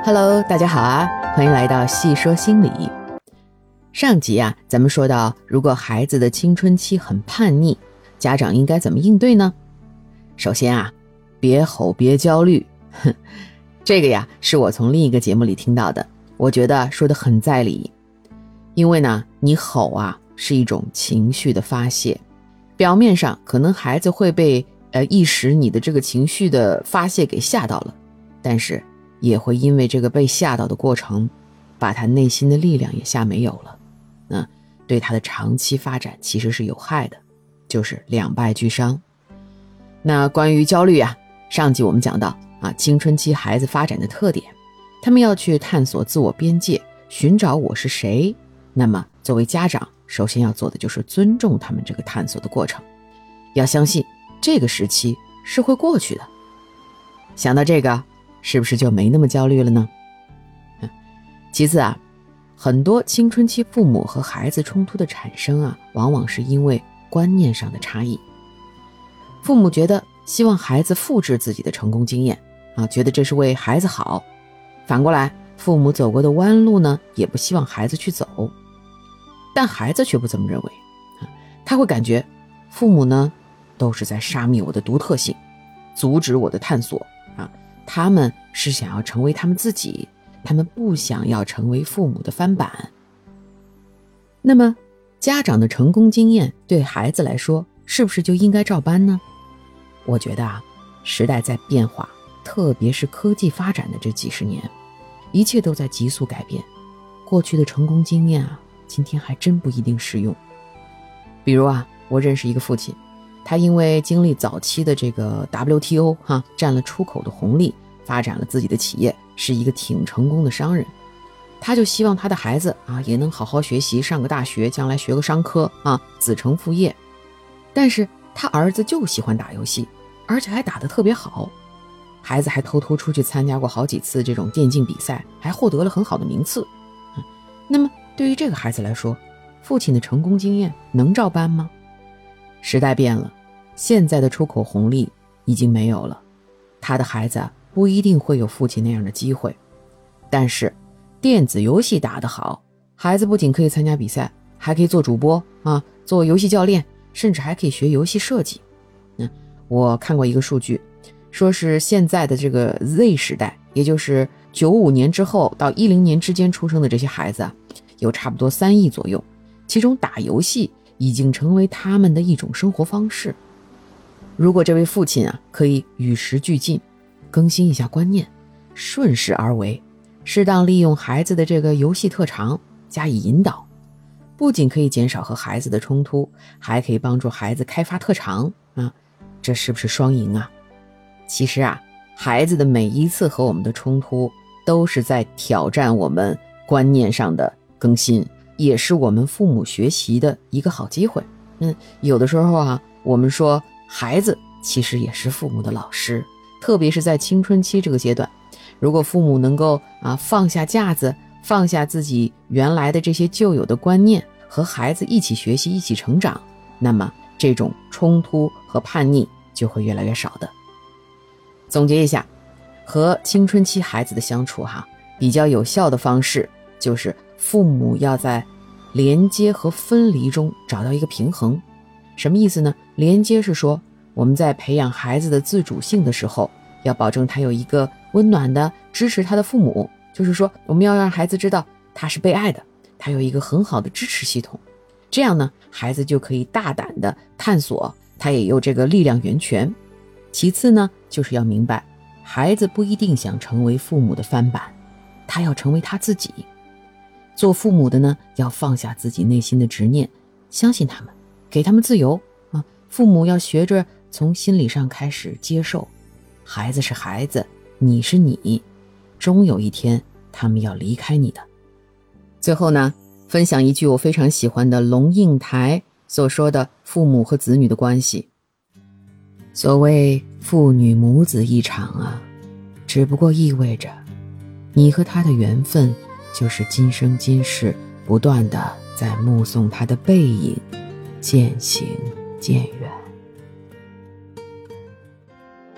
Hello， 大家好啊，欢迎来到细说心理。上集啊，咱们说到，如果孩子的青春期很叛逆，家长应该怎么应对呢？首先啊，别吼别焦虑，这个呀是我从另一个节目里听到的，我觉得说得很在理。因为呢，你吼啊是一种情绪的发泄，表面上可能孩子会被一时你的这个情绪的发泄给吓到了，但是也会因为这个被吓到的过程，把他内心的力量也吓没有了，那对他的长期发展其实是有害的，就是两败俱伤。那关于焦虑啊，上集我们讲到啊，青春期孩子发展的特点，他们要去探索自我边界，寻找我是谁。那么作为家长，首先要做的就是尊重他们这个探索的过程，要相信这个时期是会过去的。想到这个，是不是就没那么焦虑了呢？其次啊，很多青春期父母和孩子冲突的产生啊，往往是因为观念上的差异。父母觉得希望孩子复制自己的成功经验啊，觉得这是为孩子好。反过来，父母走过的弯路呢，也不希望孩子去走。但孩子却不这么认为，他会感觉父母呢都是在杀灭我的独特性，阻止我的探索啊。他们是想要成为他们自己，他们不想要成为父母的翻版。那么家长的成功经验对孩子来说是不是就应该照搬呢？我觉得啊，时代在变化，特别是科技发展的这几十年，一切都在急速改变，过去的成功经验啊，今天还真不一定适用。比如啊，我认识一个父亲，他因为经历早期的这个 WTO 占了出口的红利，发展了自己的企业，是一个挺成功的商人。他就希望他的孩子啊也能好好学习，上个大学，将来学个商科啊，子承父业。但是他儿子就喜欢打游戏，而且还打得特别好。孩子还偷偷出去参加过好几次这种电竞比赛，还获得了很好的名次。那么对于这个孩子来说，父亲的成功经验能照搬吗？时代变了，现在的出口红利已经没有了，他的孩子不一定会有父亲那样的机会。但是电子游戏打得好，孩子不仅可以参加比赛，还可以做主播啊，做游戏教练，甚至还可以学游戏设计。我看过一个数据，说是现在的这个 Z 时代，也就是95年之后到10年之间出生的这些孩子啊，有差不多3亿左右，其中打游戏已经成为他们的一种生活方式。如果这位父亲啊可以与时俱进，更新一下观念，顺势而为，适当利用孩子的这个游戏特长加以引导，不仅可以减少和孩子的冲突，还可以帮助孩子开发特长啊，这是不是双赢啊？其实啊，孩子的每一次和我们的冲突都是在挑战我们观念上的更新，也是我们父母学习的一个好机会。有的时候啊，我们说孩子其实也是父母的老师，特别是在青春期这个阶段，如果父母能够放下架子，放下自己原来的这些旧有的观念，和孩子一起学习，一起成长，那么这种冲突和叛逆就会越来越少的。总结一下，和青春期孩子的相处比较有效的方式就是父母要在连接和分离中找到一个平衡。什么意思呢？连接是说我们在培养孩子的自主性的时候，要保证他有一个温暖的支持他的父母，就是说我们要让孩子知道他是被爱的，他有一个很好的支持系统，这样呢，孩子就可以大胆的探索，他也有这个力量源泉。其次呢，就是要明白孩子不一定想成为父母的翻版，他要成为他自己。做父母的呢，要放下自己内心的执念，相信他们，给他们自由啊。父母要学着从心理上开始接受，孩子是孩子，你是你，终有一天他们要离开你的。最后呢，分享一句我非常喜欢的龙应台所说的父母和子女的关系。所谓父女母子一场啊，只不过意味着你和他的缘分就是今生今世不断的在目送他的背影渐行渐远。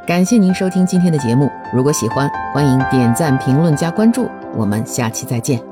感谢您收听今天的节目，如果喜欢，欢迎点赞、评论、加关注，我们下期再见。